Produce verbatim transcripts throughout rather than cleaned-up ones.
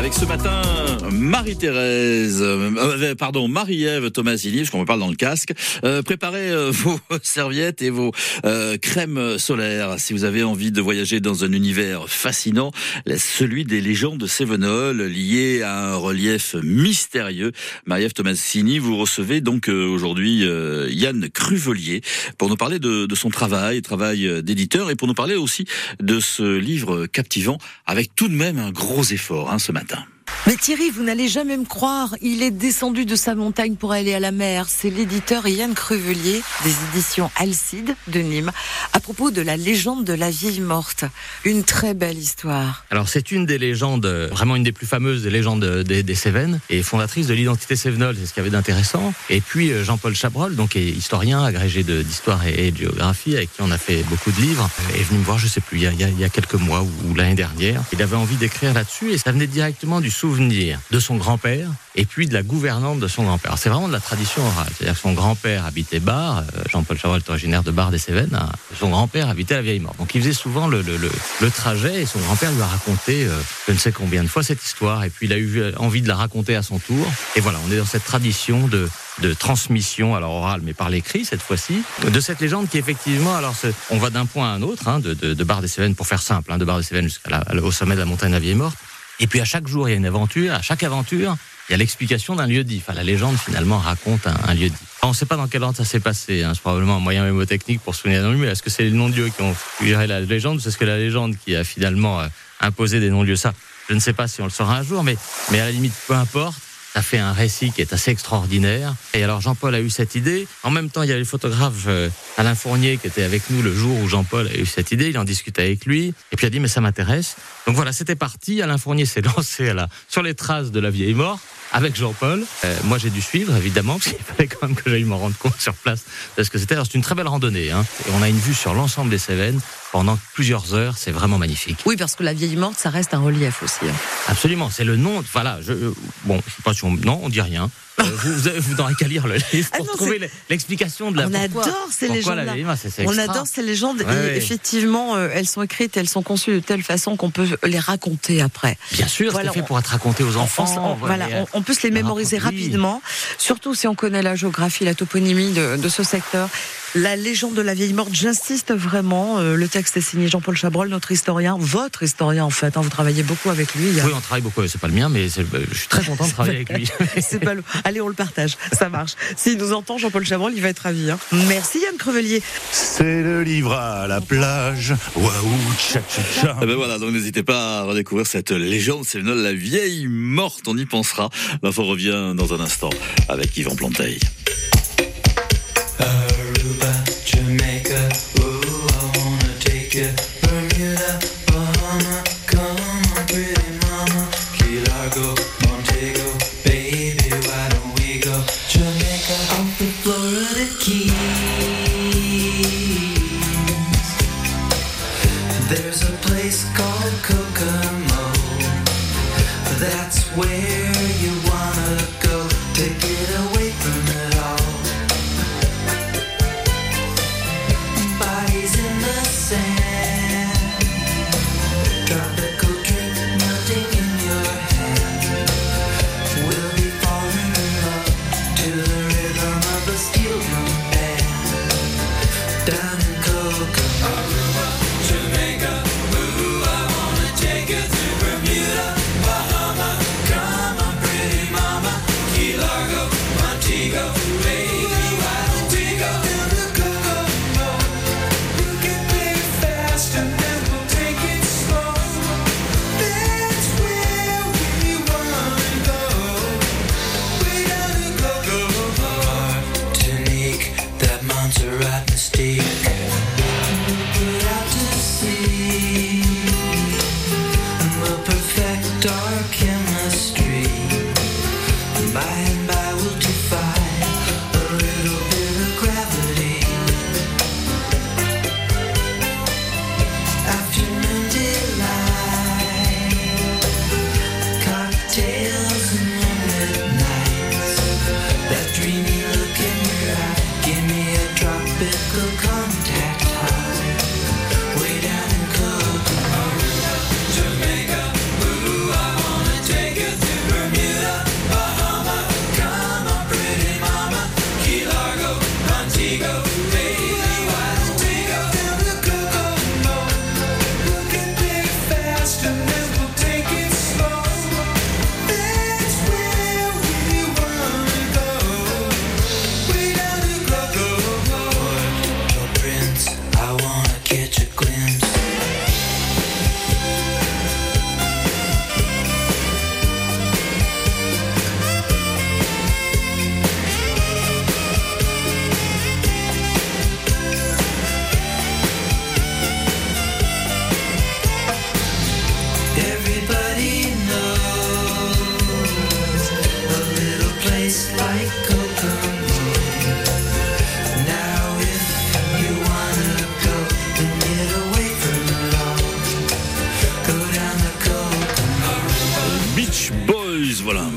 Avec ce matin, Marie-Thérèse, euh, pardon, Marie-Ève Tomasini, parce qu'on me parle dans le casque. Euh, préparez euh, vos serviettes et vos euh, crèmes solaires. Si vous avez envie de voyager dans un univers fascinant, celui des légendes cévenoles, liées à un relief mystérieux. Marie-Ève Tomasini, vous recevez donc euh, aujourd'hui euh, Yann Cruvelier pour nous parler de, de son travail, travail d'éditeur, et pour nous parler aussi de ce livre captivant, avec tout de même un gros effort hein, ce matin. Mais Thierry, vous n'allez jamais me croire, il est descendu de sa montagne pour aller à la mer. C'est l'éditeur Yann Cruvelier des éditions Alcide de Nîmes, à propos de la légende de la vieille morte. Une très belle histoire. Alors c'est une des légendes, vraiment une des plus fameuses des légendes des, des Cévennes, et fondatrice de l'identité cévenole, c'est ce qu'il y avait d'intéressant. Et puis Jean-Paul Chabrol, donc est historien, agrégé de, d'histoire et, et de géographie, avec qui on a fait beaucoup de livres, est venu me voir, je sais plus, il y a, il y a quelques mois ou, ou l'année dernière. Il avait envie d'écrire là-dessus, et ça venait directement du souvenir de son grand-père et puis de la gouvernante de son grand-père. Alors, c'est vraiment de la tradition orale. C'est-à-dire que son grand-père habitait Bar, Jean-Paul Chabrol est originaire de Bar des Cévennes, son grand-père habitait la Vieille Morte. Donc il faisait souvent le, le, le, le trajet, et son grand-père lui a raconté euh, je ne sais combien de fois cette histoire, et puis il a eu envie de la raconter à son tour. Et voilà, on est dans cette tradition de de transmission, alors orale, mais par l'écrit cette fois-ci, de cette légende qui effectivement, alors on va d'un point à un autre, hein, de, de, de Bar des Cévennes, pour faire simple, hein, de Bar des Cévennes jusqu'à la, au sommet de la montagne de la Vieille Morte. Et puis à chaque jour, il y a une aventure. À chaque aventure, il y a l'explication d'un lieu-dit. Enfin, la légende, finalement, raconte un, un lieu-dit. On ne sait pas dans quel ordre ça s'est passé. Hein. C'est probablement un moyen mémotechnique pour se souvenir d'un lieu. Mais est-ce que c'est les noms-dieux qui ont figuré la légende, ou est-ce que la légende qui a finalement euh, imposé des noms-lieux? Ça, je ne sais pas si on le saura un jour, mais, mais à la limite, peu importe. Ça fait un récit qui est assez extraordinaire. Et alors Jean-Paul a eu cette idée. En même temps, il y avait le photographe euh, Alain Fournier qui était avec nous le jour où Jean-Paul a eu cette idée. Il en discutait avec lui. Et puis il a dit, mais ça m'intéresse. Donc voilà, c'était parti. Alain Fournier s'est lancé à la, sur les traces de la vieille morte avec Jean-Paul. Euh, moi, j'ai dû suivre, évidemment, parce qu'il fallait quand même que j'aille m'en rendre compte sur place de ce que c'était. Alors, c'est une très belle randonnée. Hein. Et on a une vue sur l'ensemble des Cévennes pendant plusieurs heures. C'est vraiment magnifique. Oui, parce que la vieille morte, ça reste un relief aussi. Hein. Absolument. C'est le nom. Voilà. Je, bon, je sais pas si on. Non, on dit rien. Euh, vous, vous, vous n'aurez qu'à lire le livre pour ah non, trouver c'est... l'explication de la. On pourquoi, adore ces légendes-là. C'est, c'est on adore ces légendes, ouais, et ouais. effectivement, euh, elles sont écrites, elles sont conçues de telle façon qu'on peut les raconter après. Bien sûr, voilà, c'est fait on... pour être raconté aux enfants. On, on, voilà, on, on peut se les mémoriser rapidement, surtout si on connaît la géographie, la toponymie de, de ce secteur. La légende de la vieille morte, j'insiste vraiment. Euh, le texte est signé Jean-Paul Chabrol, notre historien, votre historien en fait. Hein, vous travaillez beaucoup avec lui. Oui, on travaille beaucoup. C'est pas le mien, mais c'est, je suis très content de travailler avec lui. C'est pas le... Allez, on le partage. Ça marche. S'il nous entend, Jean-Paul Chabrol, il va être ravi. Hein. Merci Yann Cruvelier. C'est le livre à la plage. Waouh, tcha tcha tcha. Eh ben voilà, donc n'hésitez pas à redécouvrir cette légende, c'est la vieille morte. On y pensera. L'info revient dans un instant avec Yvan Planteil. Aruba, Jamaica, ooh, I wanna take you. Bermuda, Bahama, come on, pretty mama. Key Largo, Montego, baby, why don't we go? Jamaica, off the Florida Keys. There's a place called Kokomo. That's where you wanna go to get away from it all. Bodies in the sand, tropical drink melting in your hand. We'll be falling in love to the rhythm of a steel drum band. Down in Kokomo, Aruba, Jamaica, ooh, I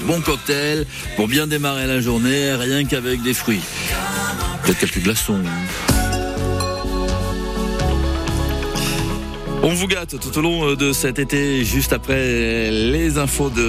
bon cocktail pour bien démarrer la journée, rien qu'avec des fruits. Peut-être quelques glaçons. On vous gâte tout au long de cet été, juste après les infos de